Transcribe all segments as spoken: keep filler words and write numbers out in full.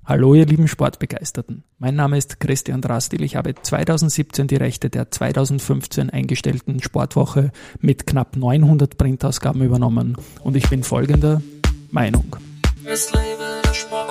Hallo ihr lieben Sportbegeisterten, mein Name ist Christian Drastil, ich habe zweitausendsiebzehn die Rechte der zweitausendfünfzehn eingestellten Sportwoche mit knapp neunhundert Printausgaben übernommen und ich bin folgender Meinung. Es lebe der Sport.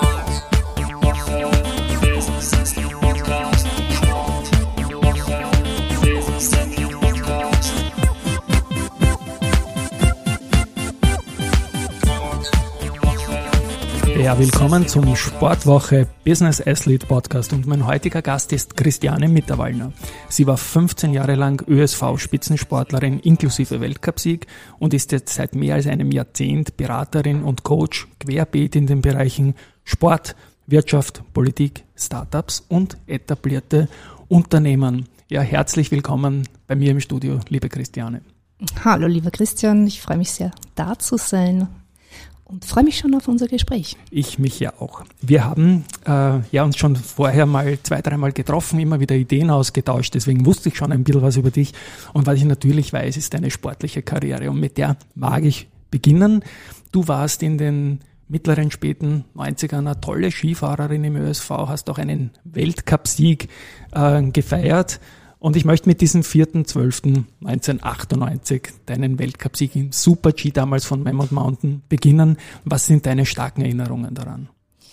Ja, willkommen zum Sportwoche Business Athlete Podcast und mein heutiger Gast ist Christiane Mitterwallner. Sie war fünfzehn Jahre lang Ö S V-Spitzensportlerin inklusive Weltcupsieg und ist jetzt seit mehr als einem Jahrzehnt Beraterin und Coach querbeet in den Bereichen Sport, Wirtschaft, Politik, Startups und etablierte Unternehmen. Ja, herzlich willkommen bei mir im Studio, liebe Christiane. Hallo, lieber Christian, ich freue mich sehr, da zu sein. Und freue mich schon auf unser Gespräch. Ich mich ja auch. Wir haben äh, ja uns schon vorher mal zwei, dreimal getroffen, immer wieder Ideen ausgetauscht, deswegen wusste ich schon ein bisschen was über dich. Und was ich natürlich weiß, ist deine sportliche Karriere und mit der mag ich beginnen. Du warst in den mittleren, späten neunzigern eine tolle Skifahrerin im Ö S V, hast auch einen Weltcupsieg äh, gefeiert. Und ich möchte mit diesem vierten zwölften neunzehnhundertachtundneunzig deinen Weltcupsieg im Super-G damals von Mammoth Mountain beginnen. Was sind deine starken Erinnerungen daran?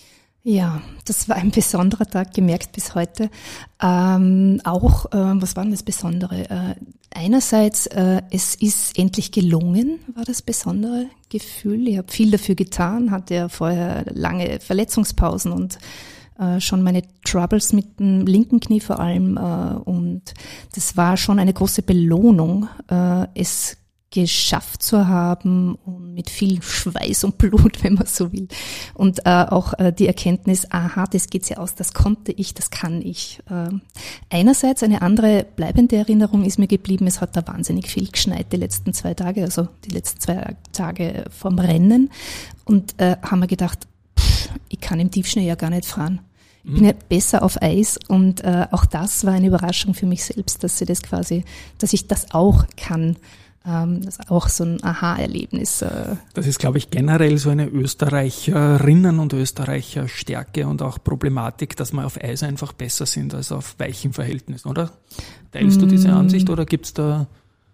Ja, das war ein besonderer Tag, gemerkt bis heute. Ähm, auch, äh, was war denn das Besondere? Äh, einerseits, äh, es ist endlich gelungen, war das besondere Gefühl. Ich habe viel dafür getan, hatte ja vorher lange Verletzungspausen und schon meine Troubles mit dem linken Knie vor allem und das war schon eine große Belohnung, es geschafft zu haben und mit viel Schweiß und Blut, wenn man so will. Und auch die Erkenntnis, aha, das geht's ja aus, das konnte ich, das kann ich. Einerseits eine andere bleibende Erinnerung ist mir geblieben, es hat da wahnsinnig viel geschneit die letzten zwei Tage, also die letzten zwei Tage vorm Rennen und haben wir gedacht, ich kann im Tiefschnee ja gar nicht fahren. Ich bin ja besser auf Eis und äh, auch das war eine Überraschung für mich selbst, dass ich das quasi, dass ich das auch kann. Ähm, das ist auch so ein Aha-Erlebnis. Äh. Das ist, glaube ich, generell so eine Österreicherinnen- und Österreicher-Stärke und auch Problematik, dass wir auf Eis einfach besser sind als auf weichen Verhältnissen, oder? Teilst du diese Ansicht oder gibt's da?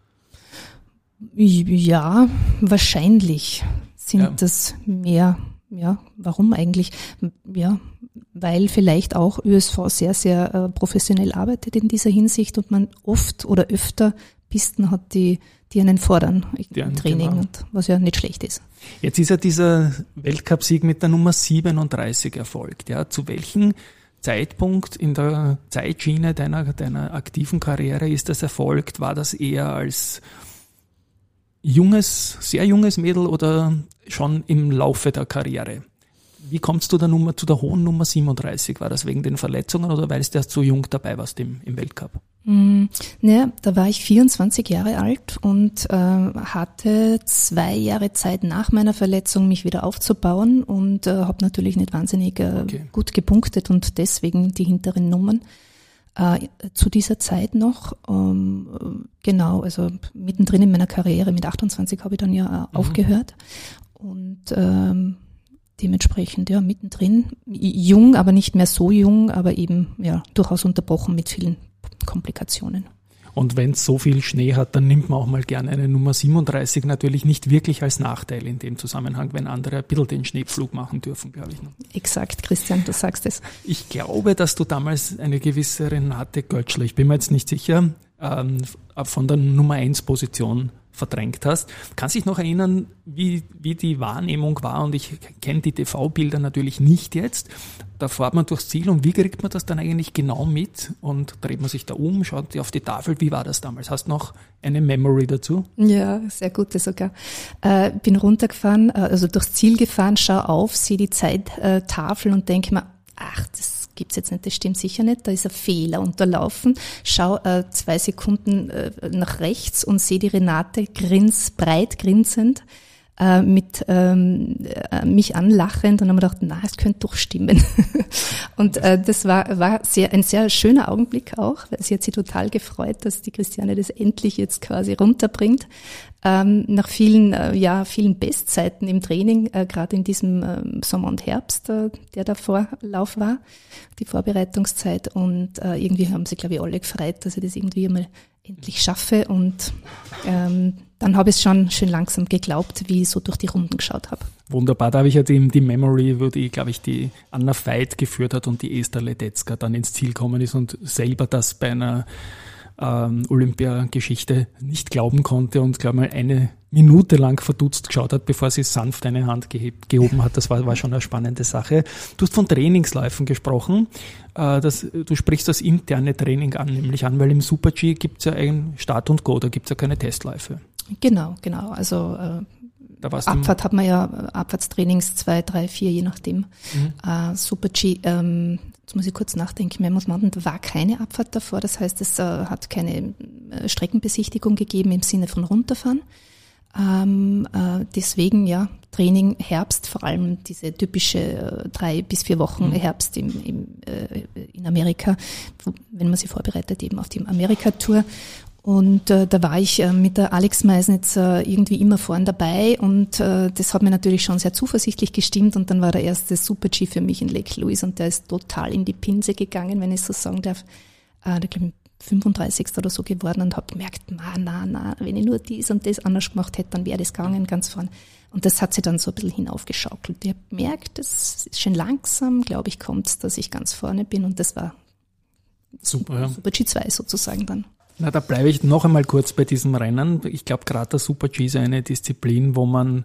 Ja, wahrscheinlich sind ja. das mehr. Ja, warum eigentlich? Ja, weil vielleicht auch Ö S V sehr, sehr äh, professionell arbeitet in dieser Hinsicht und man oft oder öfter Pisten hat, die, die einen fordern ja, im Training, genau. und was ja nicht schlecht ist. Jetzt ist ja dieser Weltcupsieg mit der Nummer siebenunddreißig erfolgt. Ja, zu welchem Zeitpunkt in der Zeitschiene deiner, deiner aktiven Karriere ist das erfolgt? War das eher als junges, sehr junges Mädel oder schon im Laufe der Karriere? Wie kommst du der Nummer, zu der hohen Nummer siebenunddreißig? War das wegen den Verletzungen oder weil du erst so jung dabei warst im, im Weltcup? Mm, ne, da war ich vierundzwanzig Jahre alt und äh, hatte zwei Jahre Zeit nach meiner Verletzung, mich wieder aufzubauen und äh, habe natürlich nicht wahnsinnig äh, okay. gut gepunktet und deswegen die hinteren Nummern. Äh, zu dieser Zeit noch, ähm, genau, also mittendrin in meiner Karriere, mit achtundzwanzig habe ich dann ja äh, mhm. aufgehört und ähm, dementsprechend ja mittendrin, jung, aber nicht mehr so jung, aber eben ja durchaus unterbrochen mit vielen Komplikationen. Und wenn es so viel Schnee hat, dann nimmt man auch mal gerne eine Nummer siebenunddreißig, natürlich nicht wirklich als Nachteil in dem Zusammenhang, wenn andere ein bisschen den Schneepflug machen dürfen, glaube ich. Exakt, Christian, du sagst es. Ich glaube, dass du damals eine gewisse Renate Götschler, ich bin mir jetzt nicht sicher, ähm, von der Nummer eins Position verdrängt hast. Kannst dich noch erinnern, wie, wie die Wahrnehmung war? Und ich kenne die T V-Bilder natürlich nicht jetzt. Da fährt man durchs Ziel und wie kriegt man das dann eigentlich genau mit? Und dreht man sich da um, schaut auf die Tafel. Wie war das damals? Hast du noch eine Memory dazu? Ja, sehr gute sogar. Äh, bin runtergefahren, also durchs Ziel gefahren, schau auf, sehe die Zeittafel und denke mir, ach, das gibt's jetzt nicht, das stimmt sicher nicht, da ist ein Fehler unterlaufen. Schau äh, zwei Sekunden äh, nach rechts und sehe die Renate grins, breit grinsend äh, mit ähm, äh, mich anlachend und dann habe ich gedacht, na, es könnte doch stimmen. Und äh, das war war sehr ein sehr schöner Augenblick auch, weil sie hat sich total gefreut, dass die Christiane das endlich jetzt quasi runterbringt. ähm, nach vielen, äh, ja, vielen Bestzeiten im Training, äh, gerade in diesem äh, Sommer und Herbst, äh, der der Vorlauf war, die Vorbereitungszeit. Und äh, irgendwie haben sie, glaube ich, alle gefreut, dass ich das irgendwie einmal endlich schaffe. Und ähm, dann habe ich es schon schön langsam geglaubt, wie ich so durch die Runden geschaut habe. Wunderbar, da habe ich ja die, die Memory, wo die, glaube ich, die Anna Veit geführt hat und die Esther Ledetzka dann ins Ziel gekommen ist und selber das bei einer ähm, Olympiageschichte nicht glauben konnte und, glaube ich, mal eine Minute lang verdutzt geschaut hat, bevor sie sanft eine Hand gehebt, gehoben hat. Das war, war schon eine spannende Sache. Du hast von Trainingsläufen gesprochen. Äh, das, du sprichst das interne Training an, nämlich an, weil im Super-G gibt es ja ein Start und Go, da gibt es ja keine Testläufe. Genau, genau. Also äh, Da Abfahrt hat man ja, Abfahrtstrainings zwei, drei, vier, je nachdem. Mhm. Äh, Super-G, ähm, jetzt muss ich kurz nachdenken, Memmels Mountain, da war keine Abfahrt davor, das heißt, es äh, hat keine äh, Streckenbesichtigung gegeben im Sinne von runterfahren. Ähm, äh, deswegen, ja, Training Herbst, vor allem diese typische äh, drei bis vier Wochen mhm. Herbst im, im, äh, in Amerika, wo, wenn man sich vorbereitet eben auf die Amerika-Tour. Und äh, da war ich äh, mit der Alex Meisnitz äh, irgendwie immer vorn dabei und äh, das hat mir natürlich schon sehr zuversichtlich gestimmt und dann war der erste Super-G für mich in Lake Louise und der ist total in die Pinse gegangen, wenn ich so sagen darf. Äh, der glaube ich fünfunddreißigste oder so geworden und habe gemerkt, na, na, na, wenn ich nur dies und das anders gemacht hätte, dann wäre das gegangen ganz vorn. Und das hat sich dann so ein bisschen hinaufgeschaukelt. Ich habe gemerkt, das ist schon langsam, glaube ich, kommt es, dass ich ganz vorne bin und das war super, ja. Super-G zwei sozusagen dann. Na, da bleibe ich noch einmal kurz bei diesem Rennen. Ich glaube, gerade der Super-G ist eine Disziplin, wo man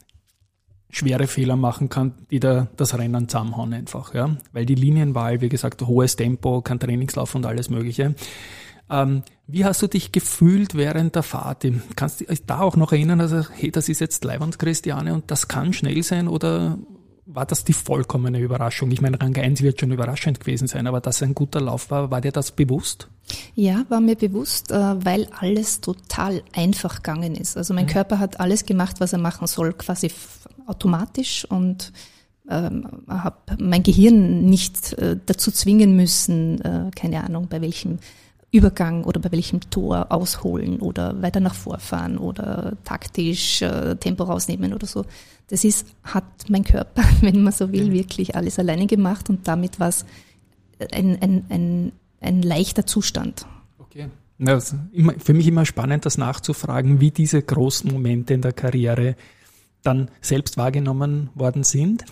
schwere Fehler machen kann, die da das Rennen zusammenhauen einfach, ja. Weil die Linienwahl, wie gesagt, hohes Tempo, kein Trainingslauf und alles Mögliche. Ähm, wie hast du dich gefühlt während der Fahrt? Kannst du dich da auch noch erinnern, also, hey, das ist jetzt Leiwand Christiane und das kann schnell sein oder war das die vollkommene Überraschung? Ich meine, Rang eins wird schon überraschend gewesen sein, aber dass ein guter Lauf war, war dir das bewusst? Ja, war mir bewusst, weil alles total einfach gegangen ist. Also mein mhm. Körper hat alles gemacht, was er machen soll, quasi automatisch und ähm, habe mein Gehirn nicht äh, dazu zwingen müssen, äh, keine Ahnung, bei welchem Übergang oder bei welchem Tor ausholen oder weiter nach vorfahren oder taktisch äh, Tempo rausnehmen oder so. Das ist, hat mein Körper, wenn man so will, mhm. wirklich alles alleine gemacht und damit war es ein, ein, ein ein leichter Zustand. Okay. Ja, das ist immer, für mich immer spannend, das nachzufragen, wie diese großen Momente in der Karriere dann selbst wahrgenommen worden sind.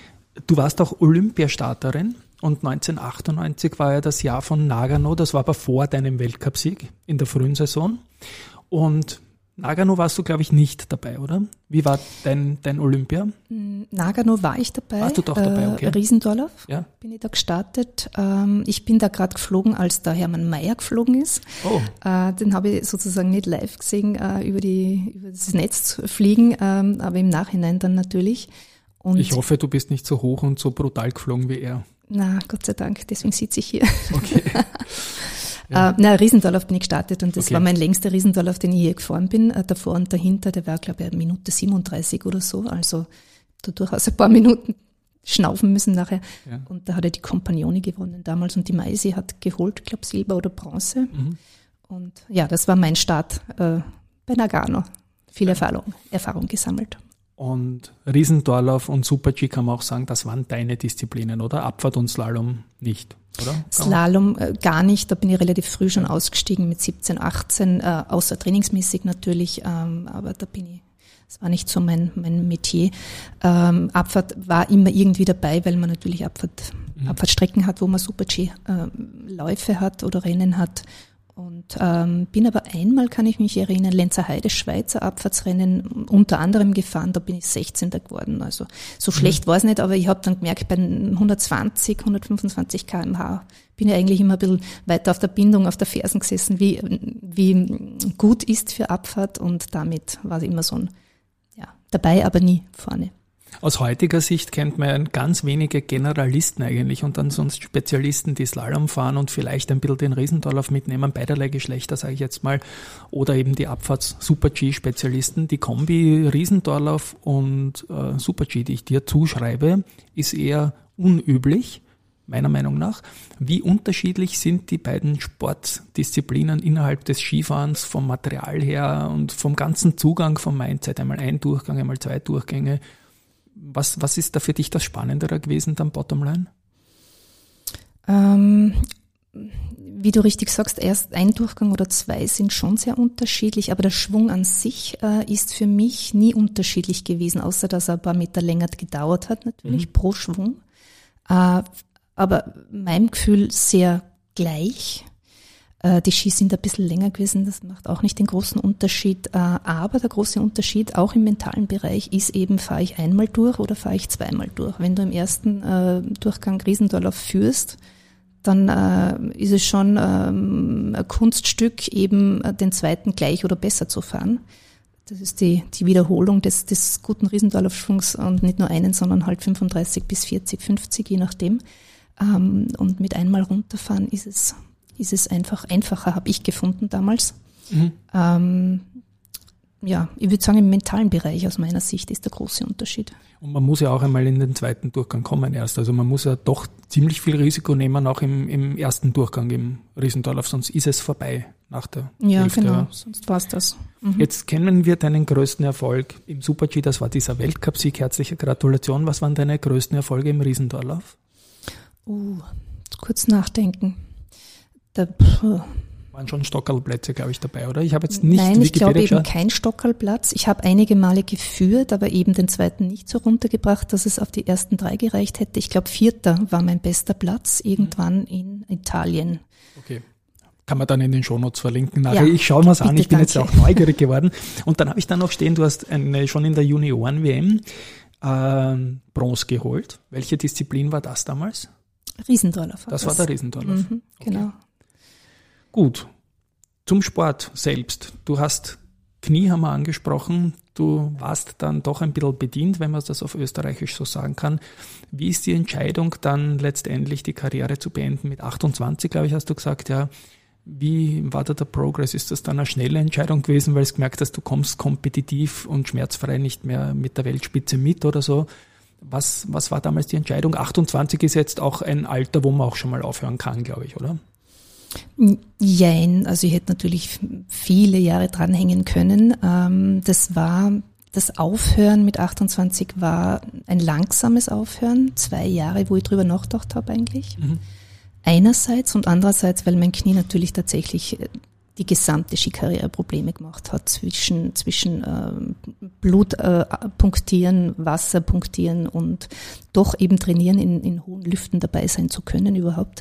Du warst auch Olympiastarterin und neunzehnhundertachtundneunzig war ja das Jahr von Nagano, das war aber vor deinem Weltcupsieg in der frühen Saison. Und Nagano warst du, glaube ich, nicht dabei, oder? Wie war dein, dein Olympia? Nagano war ich dabei. Warst du doch dabei, okay. Äh, Riesendorlauf ja. bin ich da gestartet. Ähm, ich bin da gerade geflogen, als der Hermann Mayer geflogen ist. Oh. Äh, den habe ich sozusagen nicht live gesehen, äh, über, die, über das Netz fliegen, ähm, aber im Nachhinein dann natürlich. Und ich hoffe, du bist nicht so hoch und so brutal geflogen wie er. Na, Gott sei Dank, deswegen sitze ich hier. Okay. Ja. Äh, na, Riesendorlauf bin ich gestartet und das okay. war mein längster Riesendorlauf, den ich je gefahren bin. Äh, davor und dahinter, der war, glaube ich, eine Minute siebenunddreißig oder so. Also da durchaus ein paar Minuten schnaufen müssen nachher. Ja. Und da hat er die Compagnoni gewonnen damals und die Maisi hat geholt, glaube Silber oder Bronze. Mhm. Und ja, das war mein Start äh, bei Nagano. Viel Erfahrung, Erfahrung gesammelt. Und Riesendorlauf und Super-G kann man auch sagen, das waren deine Disziplinen, oder? Abfahrt und Slalom nicht, oder? Slalom äh, gar nicht, da bin ich relativ früh schon ausgestiegen mit siebzehn, achtzehn, äh, außer trainingsmäßig natürlich, ähm, aber da bin ich, das war nicht so mein, mein Metier. Ähm, Abfahrt war immer irgendwie dabei, weil man natürlich Abfahrt, mhm. Abfahrtstrecken hat, wo man Super-G-Läufe äh, hat oder Rennen hat. Und ähm, bin aber einmal, kann ich mich erinnern, Lenzerheide, Schweizer Abfahrtsrennen unter anderem gefahren, da bin ich sechzehnter geworden. Also so mhm. schlecht war es nicht, aber ich habe dann gemerkt, bei hundertzwanzig, hundertfünfundzwanzig Kilometer pro Stunde bin ich eigentlich immer ein bisschen weiter auf der Bindung, auf der Fersen gesessen, wie, wie gut ist für Abfahrt und damit war es immer so ein, ja, dabei, aber nie vorne. Aus heutiger Sicht kennt man ganz wenige Generalisten eigentlich und dann sonst Spezialisten, die Slalom fahren und vielleicht ein bisschen den Riesendorlauf mitnehmen, beiderlei Geschlechter, sage ich jetzt mal, oder eben die Abfahrts-Super-G-Spezialisten. Die Kombi Riesendorlauf und äh, Super-G, die ich dir zuschreibe, ist eher unüblich. meiner Meinung nach. Wie unterschiedlich sind die beiden Sportdisziplinen innerhalb des Skifahrens vom Material her und vom ganzen Zugang vom Mindset? Einmal ein Durchgang, einmal zwei Durchgänge. Was, was ist da für dich das Spannendere gewesen, dann Bottomline? Ähm, wie du richtig sagst, erst ein Durchgang oder zwei sind schon sehr unterschiedlich, aber der Schwung an sich äh, ist für mich nie unterschiedlich gewesen, außer dass er ein paar Meter länger gedauert hat, natürlich, mhm. pro Schwung. Äh, aber meinem Gefühl sehr gleich. Äh, die Skis sind ein bisschen länger gewesen, das macht auch nicht den großen Unterschied. Äh, aber der große Unterschied, auch im mentalen Bereich, ist eben, fahre ich einmal durch oder fahre ich zweimal durch. Wenn du im ersten äh, Durchgang Riesendorlauf führst, dann äh, ist es schon ähm, ein Kunststück, eben äh, den zweiten gleich oder besser zu fahren. Das ist die, die Wiederholung des, des guten Riesendorlaufschwungs und nicht nur einen, sondern halt fünfunddreißig bis vierzig, fünfzig, je nachdem. Ähm, und mit einmal runterfahren ist es, ist es einfach einfacher, habe ich gefunden damals. Mhm. Ähm, ja, ich würde sagen, im mentalen Bereich aus meiner Sicht ist der große Unterschied. Und man muss ja auch einmal in den zweiten Durchgang kommen erst. Also man muss ja doch ziemlich viel Risiko nehmen, auch im, im ersten Durchgang im Riesendorlauf, sonst ist es vorbei nach der ja, Hälfte. Genau, ja, sonst war es das. Mhm. Jetzt kennen wir deinen größten Erfolg im Super-G, das war dieser Weltcup-Sieg. Herzliche Gratulation. Was waren deine größten Erfolge im Riesendorlauf? Uh, kurz nachdenken. Der, puh. Waren schon Stockerlplätze, glaube ich, dabei, oder? Ich habe jetzt nicht Nein, ich glaube eben geschaut. kein Stockerlplatz. Ich habe einige Male geführt, aber eben den zweiten nicht so runtergebracht, dass es auf die ersten drei gereicht hätte. Ich glaube, vierter war mein bester Platz irgendwann mhm. in Italien. Okay. Kann man dann in den Shownotes verlinken. Nachher. Ja, ich schaue mir es an, ich bin danke. jetzt auch neugierig geworden. Und dann habe ich dann noch stehen, du hast eine, schon in der Junioren-W M äh, Bronze geholt. Welche Disziplin war das damals? Riesendorlauf. Das, das war der Riesendorlauf. Mhm, genau. Okay. Gut, zum Sport selbst. Du hast Knie, haben wir angesprochen. Du warst dann doch ein bisschen bedient, wenn man das auf Österreichisch so sagen kann. Wie ist die Entscheidung dann letztendlich die Karriere zu beenden? Mit achtundzwanzig, glaube ich, hast du gesagt, ja. Wie war da der Progress? Ist das dann eine schnelle Entscheidung gewesen, weil du gemerkt hast, du kommst kompetitiv und schmerzfrei nicht mehr mit der Weltspitze mit oder so? Was, was war damals die Entscheidung? achtundzwanzig ist jetzt auch ein Alter, wo man auch schon mal aufhören kann, glaube ich, oder? Jein, also ich hätte natürlich viele Jahre dranhängen können. Das war, das Aufhören mit achtundzwanzig war ein langsames Aufhören, zwei Jahre, wo ich drüber nachgedacht habe eigentlich. Mhm. Einerseits und andererseits, weil mein Knie natürlich tatsächlich die gesamte Skikarriere Probleme gemacht hat zwischen, zwischen äh, Blut äh, punktieren, Wasser punktieren und doch eben trainieren, in, in hohen Lüften dabei sein zu können überhaupt.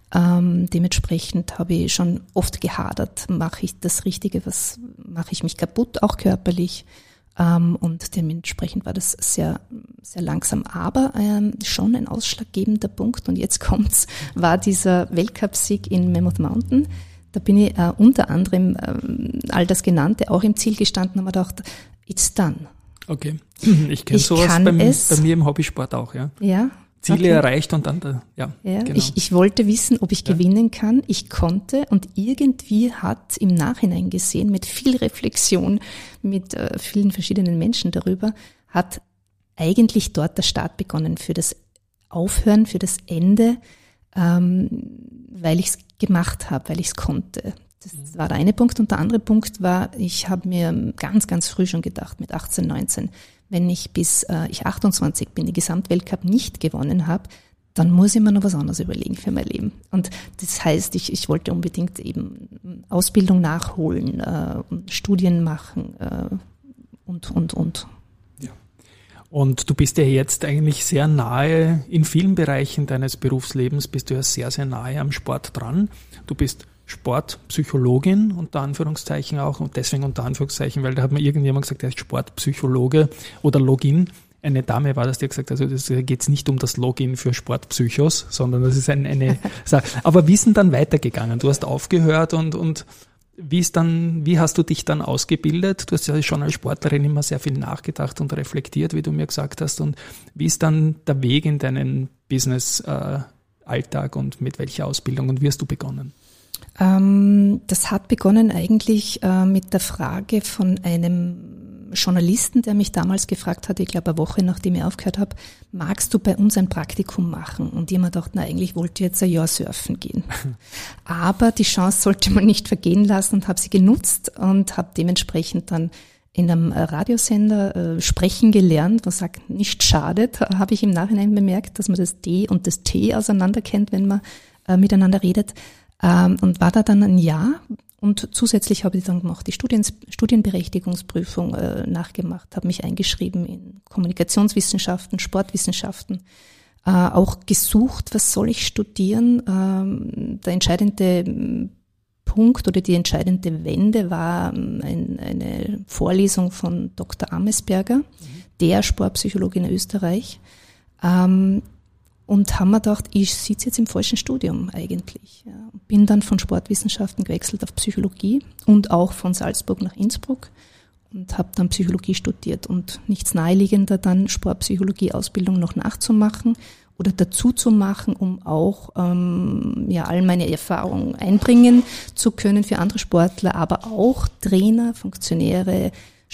Ähm, dementsprechend habe ich schon oft gehadert, mache ich das Richtige, was mache ich mich kaputt, auch körperlich. Ähm, und dementsprechend war das sehr, sehr langsam, aber ähm, schon ein ausschlaggebender Punkt. Und jetzt kommt's, war dieser Weltcupsieg in Mammoth Mountain. Da bin ich äh, unter anderem ähm, all das Genannte auch im Ziel gestanden und habe gedacht, it's done. Okay, ich kenne sowas beim, bei mir im Hobbysport auch, ja. Ja. Ziele okay. erreicht und dann, da, ja, ja genau. ich, ich wollte wissen, ob ich ja. gewinnen kann. Ich konnte und irgendwie hat im Nachhinein gesehen, mit viel Reflexion, mit äh, vielen verschiedenen Menschen darüber, hat eigentlich dort der Start begonnen für das Aufhören, für das Ende, ähm, weil ich es gemacht habe, weil ich es konnte. Das mhm. war der eine Punkt. Und der andere Punkt war, ich habe mir ganz, ganz früh schon gedacht, mit achtzehn, neunzehn, wenn ich bis äh, ich achtundzwanzig bin, die Gesamtweltcup nicht gewonnen habe, dann muss ich mir noch was anderes überlegen für mein Leben. Und das heißt, ich, ich wollte unbedingt eben Ausbildung nachholen, äh, Studien machen äh, und, und, und. Ja. Und du bist ja jetzt eigentlich sehr nahe, in vielen Bereichen deines Berufslebens bist du ja sehr, sehr nahe am Sport dran. Du bist Sportpsychologin, unter Anführungszeichen auch, und deswegen unter Anführungszeichen, weil da hat mir irgendjemand gesagt, er ist Sportpsychologe oder Login. Eine Dame war das, die hat gesagt, also das geht es nicht um das Login für Sportpsychos, sondern das ist ein, eine Sache. Aber wie ist denn dann weitergegangen? Du hast aufgehört und, und wie ist dann, wie hast du dich dann ausgebildet? Du hast ja schon als Sportlerin immer sehr viel nachgedacht und reflektiert, wie du mir gesagt hast. Und wie ist dann der Weg in deinen Business-Alltag äh, und mit welcher Ausbildung und wie hast du begonnen? Ähm, das hat begonnen eigentlich äh, mit der Frage von einem Journalisten, der mich damals gefragt hat, ich glaube eine Woche nachdem ich aufgehört habe, magst du bei uns ein Praktikum machen? Und ich habe mir gedacht, na eigentlich wollte ich jetzt ein Jahr surfen gehen. Aber die Chance sollte man nicht vergehen lassen und habe sie genutzt und habe dementsprechend dann in einem Radiosender äh, sprechen gelernt, was sagt, nicht schadet, habe ich im Nachhinein bemerkt, dass man das D und das T auseinander kennt, wenn man äh, miteinander redet, ähm, und war da dann ein Jahr. Und zusätzlich habe ich dann gemacht die Studien, Studienberechtigungsprüfung äh, nachgemacht, habe mich eingeschrieben in Kommunikationswissenschaften, Sportwissenschaften, äh, auch gesucht, was soll ich studieren. Ähm, der entscheidende Punkt oder die entscheidende Wende war ein, eine Vorlesung von Doktor Amesberger, mhm. der Sportpsychologe in Österreich. Ähm, Und haben mir gedacht, ich sitze jetzt im falschen Studium eigentlich. Ja. Bin dann von Sportwissenschaften gewechselt auf Psychologie und auch von Salzburg nach Innsbruck und habe dann Psychologie studiert und nichts naheliegender dann Sportpsychologie-Ausbildung noch nachzumachen oder dazu zu machen, um auch ähm, ja all meine Erfahrungen einbringen zu können für andere Sportler, aber auch Trainer, Funktionäre,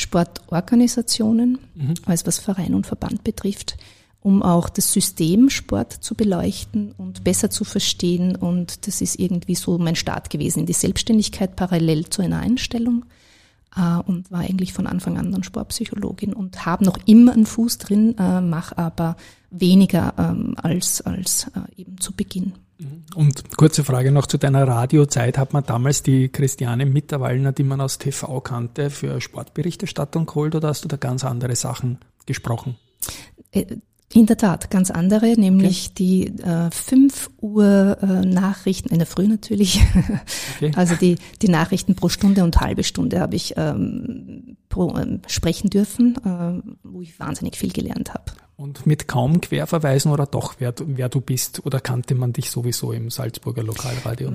Sportorganisationen, mhm. alles was Verein und Verband betrifft, um auch das System Sport zu beleuchten und besser zu verstehen. Und das ist irgendwie so mein Start gewesen in die Selbstständigkeit parallel zu einer Einstellung äh, und war eigentlich von Anfang an dann Sportpsychologin und habe noch immer einen Fuß drin, äh, mache aber weniger ähm, als, als äh, eben zu Beginn. Und kurze Frage noch zu deiner Radiozeit. Hat man damals die Christiane Mitterwallner, die man aus T V kannte, für Sportberichterstattung geholt oder hast du da ganz andere Sachen gesprochen? Äh, In der Tat, ganz andere, nämlich okay. die äh, fünf Uhr äh, Nachrichten, in der Früh natürlich, okay. also die die Nachrichten pro Stunde und halbe Stunde habe ich ähm, pro, ähm, sprechen dürfen, äh, wo ich wahnsinnig viel gelernt habe. Und mit kaum Querverweisen oder doch, wer, wer du bist, oder kannte man dich sowieso im Salzburger Lokalradio?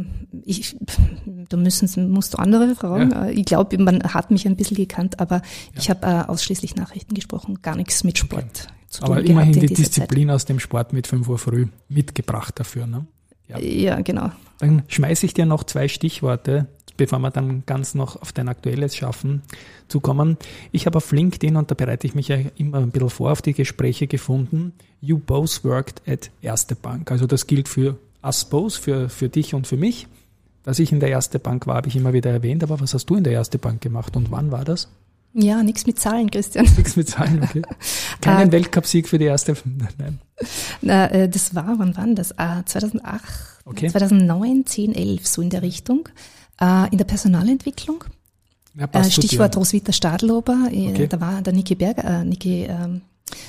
Ich, da müssen, musst du andere fragen. Ja. Ich glaube, man hat mich ein bisschen gekannt, aber ja. ich habe äh, ausschließlich Nachrichten gesprochen, gar nichts mit Sport okay. zu tun. Aber immerhin in die Disziplin Zeit. Aus dem Sport mit fünf Uhr früh mitgebracht dafür, ne? Ja, ja genau. Dann schmeiße ich dir noch zwei Stichworte, bevor wir dann ganz noch auf dein Aktuelles schaffen, zu kommen. Ich habe auf LinkedIn, und da bereite ich mich ja immer ein bisschen vor auf die Gespräche, gefunden, you both worked at Erste Bank. Also das gilt für us both, für, für dich und für mich. Dass ich in der Erste Bank war, habe ich immer wieder erwähnt, aber was hast du in der Erste Bank gemacht und wann war das? Ja, nichts mit Zahlen, Christian. Nichts mit Zahlen, okay. Keinen äh, Weltcupsieg für die Erste, nein. Na, das war, wann war das? Ah, zweitausendacht, okay. zweitausendneun, zehn, elf, so in der Richtung. In der Personalentwicklung. Ja, passt Stichwort Roswitha Stadlober, okay. Da war der Niki Berger, äh, Niki, ähm,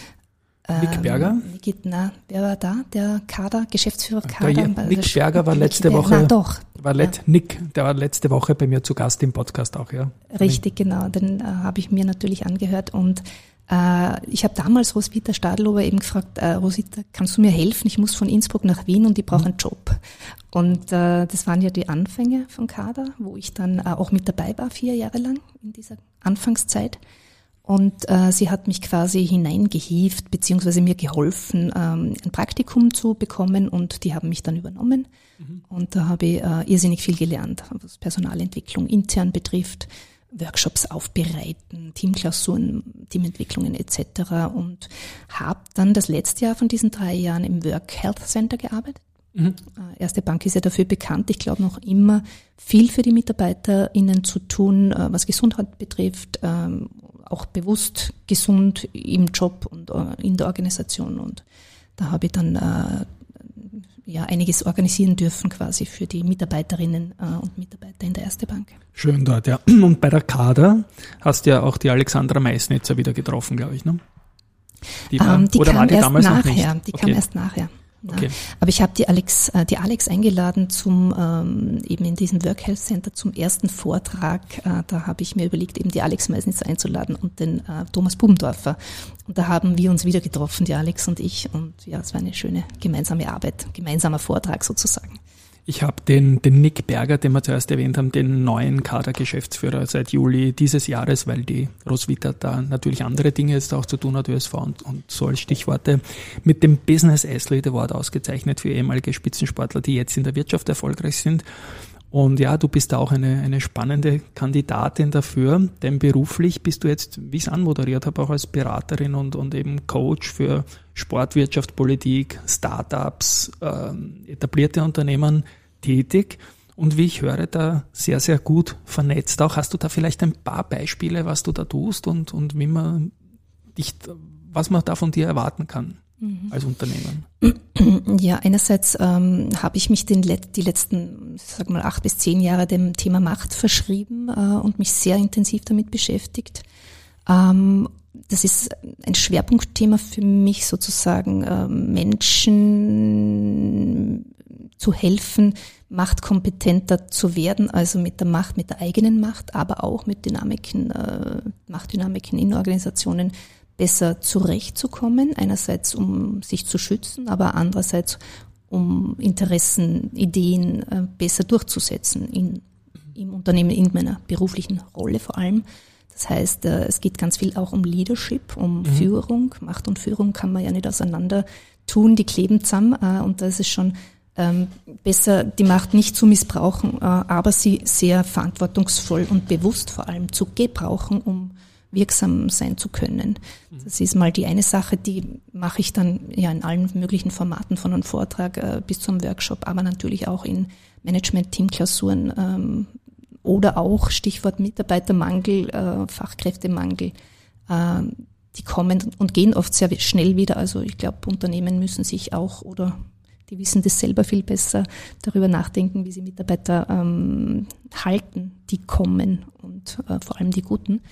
Nick Berger? Niki, na, wer war da? Der Kader, Geschäftsführer Kader. Der, Nick Berger war letzte Nick Woche. Na, doch. War let, ja. Nick, der war letzte Woche bei mir zu Gast im Podcast auch, ja. Richtig, genau. Den äh, habe ich mir natürlich angehört und äh, ich habe damals Roswitha Stadlober eben gefragt, äh, Roswitha, kannst du mir helfen? Ich muss von Innsbruck nach Wien und ich brauche einen Job. Und äh, das waren ja die Anfänge von Kader, wo ich dann äh, auch mit dabei war, vier Jahre lang in dieser Anfangszeit. Und äh, sie hat mich quasi hineingehievt, beziehungsweise mir geholfen, ähm, ein Praktikum zu bekommen und die haben mich dann übernommen. Mhm. Und da habe ich äh, irrsinnig viel gelernt, was Personalentwicklung intern betrifft, Workshops aufbereiten, Teamklausuren, Teamentwicklungen et cetera. Und habe dann das letzte Jahr von diesen drei Jahren im Work Health Center gearbeitet. Mhm. Erste Bank ist ja dafür bekannt, ich glaube noch immer viel für die MitarbeiterInnen zu tun, was Gesundheit betrifft, auch bewusst gesund im Job und in der Organisation. Und da habe ich dann ja einiges organisieren dürfen quasi für die Mitarbeiterinnen und Mitarbeiter in der Erste Bank. Schön dort, ja. Und bei der Kader hast du ja auch die Alexandra Meisnitzer wieder getroffen, glaube ich, ne? Die, war, um, die oder kam war die erst damals nachher. Noch nicht? Die okay. kam erst nachher. Ja. Okay. Aber ich habe die Alex, die Alex eingeladen zum ähm, eben in diesem Work Health Center zum ersten Vortrag. Äh, da habe ich mir überlegt, eben die Alex Meisnitzer einzuladen und den äh, Thomas Bubendorfer. Und da haben wir uns wieder getroffen, die Alex und ich. Und ja, es war eine schöne gemeinsame Arbeit, gemeinsamer Vortrag sozusagen. Ich habe den, den Nick Berger, den wir zuerst erwähnt haben, den neuen Kadergeschäftsführer seit Juli dieses Jahres, weil die Roswitha da natürlich andere Dinge jetzt auch zu tun hat, Ö S V und, und so als Stichworte, mit dem Business Athlete Award ausgezeichnet für ehemalige Spitzensportler, die jetzt in der Wirtschaft erfolgreich sind. Und ja, du bist da auch eine, eine spannende Kandidatin dafür, denn beruflich bist du jetzt, wie ich es anmoderiert habe, auch als Beraterin und, und eben Coach für Sportwirtschaft, Politik, Startups, äh, etablierte Unternehmen tätig. Und wie ich höre, da sehr, sehr gut vernetzt auch. Hast du da vielleicht ein paar Beispiele, was du da tust und, und wie man dich, was man da von dir erwarten kann mhm. als Unternehmen? Ja, einerseits ähm, habe ich mich den Let- die letzten, sag mal, acht bis zehn Jahre dem Thema Macht verschrieben äh, und mich sehr intensiv damit beschäftigt. Ähm, das ist ein Schwerpunktthema für mich sozusagen, äh, Menschen zu helfen, machtkompetenter zu werden, also mit der Macht, mit der eigenen Macht, aber auch mit Dynamiken, äh, Machtdynamiken in Organisationen besser zurechtzukommen. Einerseits, um sich zu schützen, aber andererseits, um Interessen, Ideen äh, besser durchzusetzen in, im Unternehmen, in meiner beruflichen Rolle vor allem. Das heißt, äh, es geht ganz viel auch um Leadership, um mhm. Führung. Macht und Führung kann man ja nicht auseinander tun, die kleben zusammen, äh, und da ist es schon Ähm, besser die Macht nicht zu missbrauchen, äh, aber sie sehr verantwortungsvoll und bewusst vor allem zu gebrauchen, um wirksam sein zu können. Das ist mal die eine Sache, die mache ich dann ja in allen möglichen Formaten, von einem Vortrag äh, bis zum Workshop, aber natürlich auch in Management-Team-Klausuren ähm, oder auch Stichwort Mitarbeitermangel, äh, Fachkräftemangel. Äh, die kommen und gehen oft sehr schnell wieder. Also ich glaube, Unternehmen müssen sich auch oder die wissen das selber viel besser, darüber nachdenken, wie sie Mitarbeiter ähm, halten, die kommen und äh, vor allem die Guten.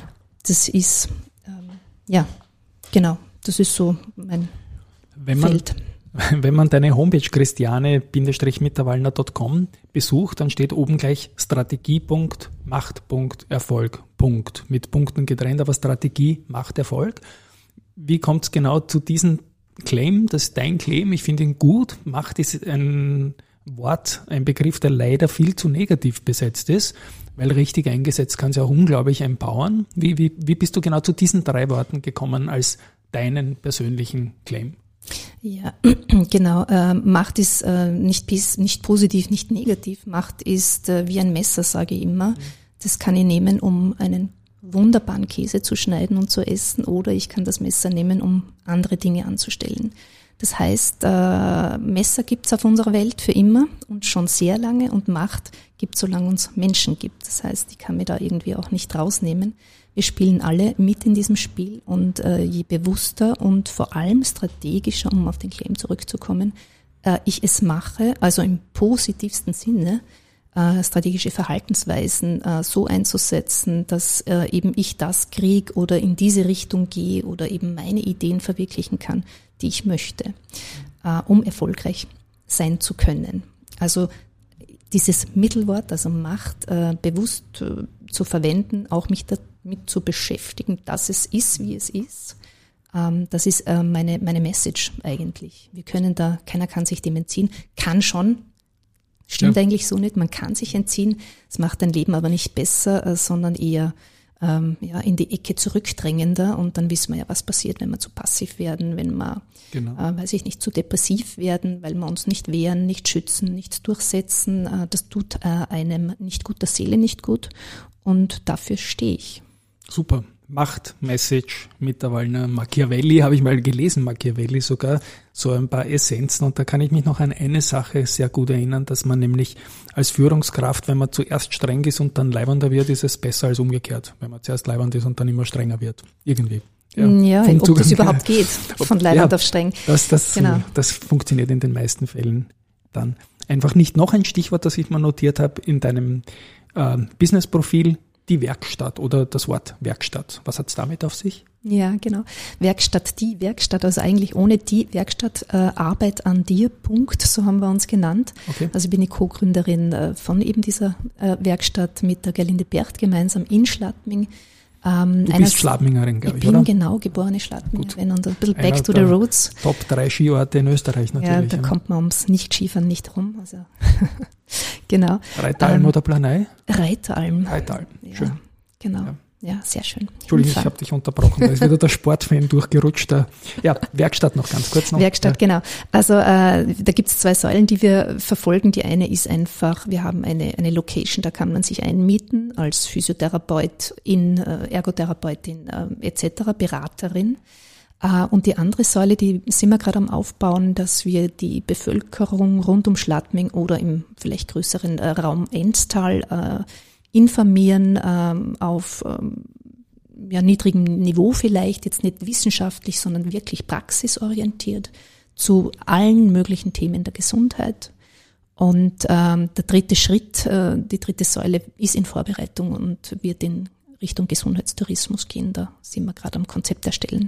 Das ist, ähm, ja, genau, das ist so mein wenn man, Feld. Wenn man deine Homepage christiane Mitterwallner Punkt com besucht, dann steht oben gleich Strategie. Macht. Erfolg. Punkt. Mit Punkten getrennt, aber Strategie macht Erfolg. Wie kommt es genau zu diesen Claim, das ist dein Claim, ich finde ihn gut. Macht ist ein Wort, ein Begriff, der leider viel zu negativ besetzt ist, weil richtig eingesetzt kann es ja auch unglaublich empowern. Wie, wie, wie bist du genau zu diesen drei Worten gekommen als deinen persönlichen Claim? Ja, genau. Äh, Macht ist äh, nicht, nicht positiv, nicht negativ. Macht ist äh, wie ein Messer, sage ich immer. Das kann ich nehmen, um einen wunderbaren Käse zu schneiden und zu essen, oder ich kann das Messer nehmen, um andere Dinge anzustellen. Das heißt, äh, Messer gibt's auf unserer Welt für immer und schon sehr lange, und Macht gibt's, solange uns Menschen gibt. Das heißt, ich kann mir da irgendwie auch nicht rausnehmen. Wir spielen alle mit in diesem Spiel, und äh, je bewusster und vor allem strategischer, um auf den Claim zurückzukommen, äh, ich es mache, also im positivsten Sinne, strategische Verhaltensweisen äh, so einzusetzen, dass äh, eben ich das kriege oder in diese Richtung gehe oder eben meine Ideen verwirklichen kann, die ich möchte, äh, um erfolgreich sein zu können. Also dieses Mittelwort, also Macht, äh, bewusst äh, zu verwenden, auch mich damit zu beschäftigen, dass es ist, wie es ist. Ähm, das ist äh, meine, meine Message eigentlich. Wir können da, keiner kann sich dem entziehen, kann schon. Stimmt ja. Eigentlich so nicht. Man kann sich entziehen. Es macht dein Leben aber nicht besser, äh, sondern eher ähm, ja, in die Ecke zurückdrängender. Und dann wissen wir ja, was passiert, wenn wir zu passiv werden, wenn wir, genau. äh, weiß ich nicht, zu depressiv werden, weil wir uns nicht wehren, nicht schützen, nicht durchsetzen. Äh, das tut äh, einem nicht gut, der Seele nicht gut. Und dafür stehe ich. Super. Macht, Message, Mitterwallner, Machiavelli, habe ich mal gelesen, Machiavelli sogar, so ein paar Essenzen, und da kann ich mich noch an eine Sache sehr gut erinnern, dass man nämlich als Führungskraft, wenn man zuerst streng ist und dann leibender wird, ist es besser als umgekehrt, wenn man zuerst leibend ist und dann immer strenger wird, irgendwie. Ja, ja ob Zugang, das überhaupt geht, von leibend ja, auf streng. Das, das, genau. das funktioniert in den meisten Fällen dann. Einfach nicht. Noch ein Stichwort, das ich mal notiert habe in deinem äh, Business-Profil, die Werkstatt oder das Wort Werkstatt. Was hat es damit auf sich? Ja, genau. Werkstatt, die Werkstatt, also eigentlich ohne die Werkstatt, äh, Arbeit an dir, Punkt, so haben wir uns genannt. Okay. Also ich bin die Co-Gründerin äh, von eben dieser äh, Werkstatt mit der Gerlinde Bercht gemeinsam in Schladming. Ähm, du bist Schladmingerin, glaube ich, ich bin oder? genau geborene Schladmingerin und ein bisschen back to the roots. Top drei Skiorte in Österreich natürlich. Ja, da ja. kommt man ums Nicht-Skifahren nicht rum. Also genau. Reiteralm ähm, oder Planei? Reiteralm. Reiteralm, ja, schön. Genau. Ja. Ja, sehr schön. Entschuldigung, ich habe dich unterbrochen. Da ist wieder der Sportfan durchgerutscht. Ja, Werkstatt noch ganz kurz noch. Werkstatt, ja. Genau. Also äh, da gibt es zwei Säulen, die wir verfolgen. Die eine ist einfach, wir haben eine, eine Location, da kann man sich einmieten als Physiotherapeutin, äh, Ergotherapeutin äh, et cetera, Beraterin. Äh, und die andere Säule, die sind wir gerade am Aufbauen, dass wir die Bevölkerung rund um Schladming oder im vielleicht größeren äh, Raum Enstal äh, informieren ähm, auf ähm, ja, niedrigem Niveau vielleicht, jetzt nicht wissenschaftlich, sondern wirklich praxisorientiert zu allen möglichen Themen der Gesundheit. Und ähm, der dritte Schritt, äh, die dritte Säule ist in Vorbereitung und wird in Richtung Gesundheitstourismus gehen. Da sind wir gerade am Konzept erstellen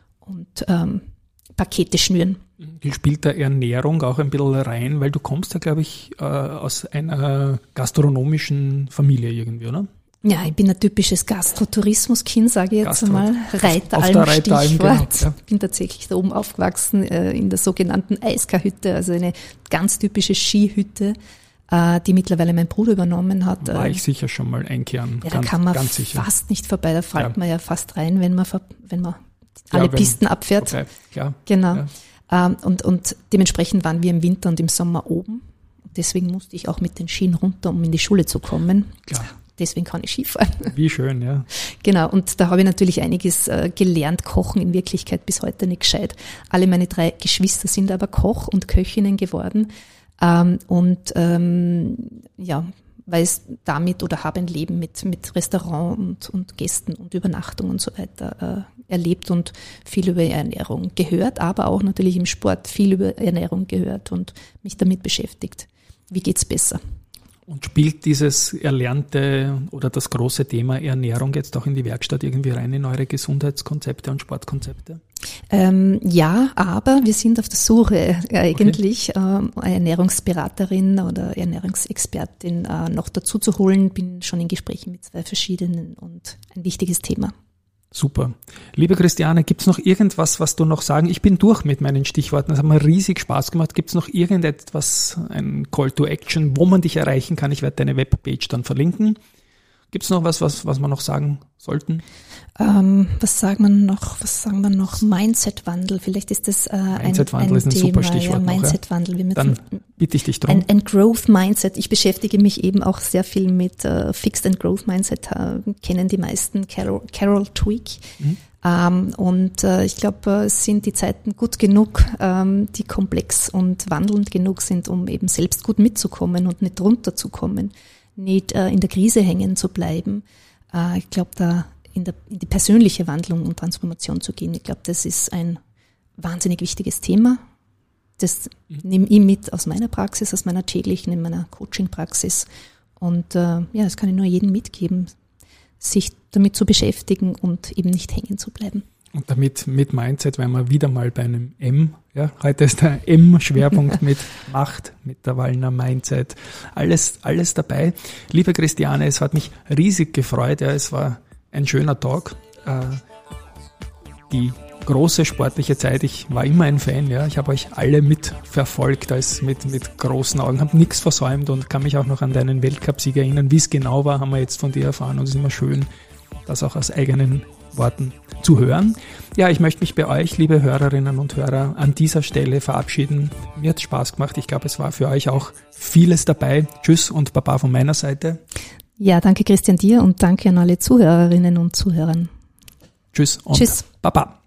und ähm, Pakete schnüren. Wie spielt da Ernährung auch ein bisschen rein? Weil du kommst ja, glaube ich, äh, aus einer gastronomischen Familie irgendwie, oder? Ja, ich bin ein typisches Gastrotourismuskind, sage ich jetzt Gastro. einmal. Reiteralm, auf der Reiteralm, Stichwort. genau, ja. Ich bin tatsächlich da oben aufgewachsen, äh, in der sogenannten Eiska-Hütte, also eine ganz typische Skihütte, äh, die mittlerweile mein Bruder übernommen hat. War ich sicher schon mal einkehren. Ja, ganz, da kann man ganz sicher. fast nicht vorbei, da fällt Ja. man ja fast rein, wenn man, wenn man alle Ja, wenn- Pisten abfährt. Okay, klar. Genau. Ja. Ähm, und, und dementsprechend waren wir im Winter und im Sommer oben. Deswegen musste ich auch mit den Skien runter, um in die Schule zu kommen. Klar. Deswegen kann ich Skifahren. Wie schön, ja. Genau, und da habe ich natürlich einiges äh, gelernt, Kochen in Wirklichkeit bis heute nicht gescheit. Alle meine drei Geschwister sind aber Koch und Köchinnen geworden. Ähm, und ähm, ja, weil es damit oder habe ein Leben mit, mit Restaurant und, und Gästen und Übernachtung und so weiter äh, erlebt und viel über Ernährung gehört, aber auch natürlich im Sport viel über Ernährung gehört und mich damit beschäftigt. Wie geht's besser? Und spielt dieses Erlernte oder das große Thema Ernährung jetzt auch in die Werkstatt irgendwie rein in eure Gesundheitskonzepte und Sportkonzepte? Ähm, ja, aber wir sind auf der Suche äh, eigentlich, okay. ähm, eine Ernährungsberaterin oder Ernährungsexpertin äh, noch dazu zu holen. Bin schon in Gesprächen mit zwei verschiedenen und ein wichtiges Thema. Super. Liebe Christiane, gibt's noch irgendwas, was du noch sagen? Ich bin durch mit meinen Stichworten. Das hat mir riesig Spaß gemacht. Gibt's noch irgendetwas, ein Call to Action, wo man dich erreichen kann? Ich werde deine Webpage dann verlinken. Gibt's noch was, was, was wir noch sagen sollten? Ähm, was sagen wir noch? Was sagen wir noch? Mindset-Wandel. Vielleicht ist das äh, ein, Mindset-Wandel ein ist ein Thema. super Stichwort. Ja, Mindset-Wandel. Wir Dann bitte ich dich drum. Ein, ein Growth-Mindset. Ich beschäftige mich eben auch sehr viel mit äh, Fixed and Growth-Mindset. Äh, kennen die meisten Carol, Carol Dweck. Mhm. Ähm, und äh, ich glaube, äh, es sind die Zeiten gut genug, ähm, die komplex und wandelnd genug sind, um eben selbst gut mitzukommen und nicht runterzukommen, nicht äh, in der Krise hängen zu bleiben. Äh, ich glaube, da in, der, in die persönliche Wandlung und Transformation zu gehen, ich glaube, das ist ein wahnsinnig wichtiges Thema. Das mhm. nehme ich mit aus meiner Praxis, aus meiner täglichen, in meiner Coaching-Praxis. Und äh, ja, das kann ich nur jedem mitgeben, sich damit zu beschäftigen und eben nicht hängen zu bleiben. Und damit mit Mindset wären wir wieder mal bei einem M. Ja, heute ist der M-Schwerpunkt mit Macht, mit der Wallner Mindset. Alles, alles dabei. Liebe Christiane, es hat mich riesig gefreut. Ja, es war ein schöner Talk. Äh, die große sportliche Zeit. Ich war immer ein Fan. Ja, ich habe euch alle mitverfolgt, als mit mit großen Augen, habe nichts versäumt und kann mich auch noch an deinen Weltcup-Sieg erinnern. Wie es genau war, haben wir jetzt von dir erfahren und es ist immer schön, das auch aus eigenen Worten zu hören. Ja, ich möchte mich bei euch, liebe Hörerinnen und Hörer, an dieser Stelle verabschieden. Mir hat es Spaß gemacht. Ich glaube, es war für euch auch vieles dabei. Tschüss und Baba von meiner Seite. Ja, danke Christian dir und danke an alle Zuhörerinnen und Zuhörer. Tschüss und Tschüss. Baba.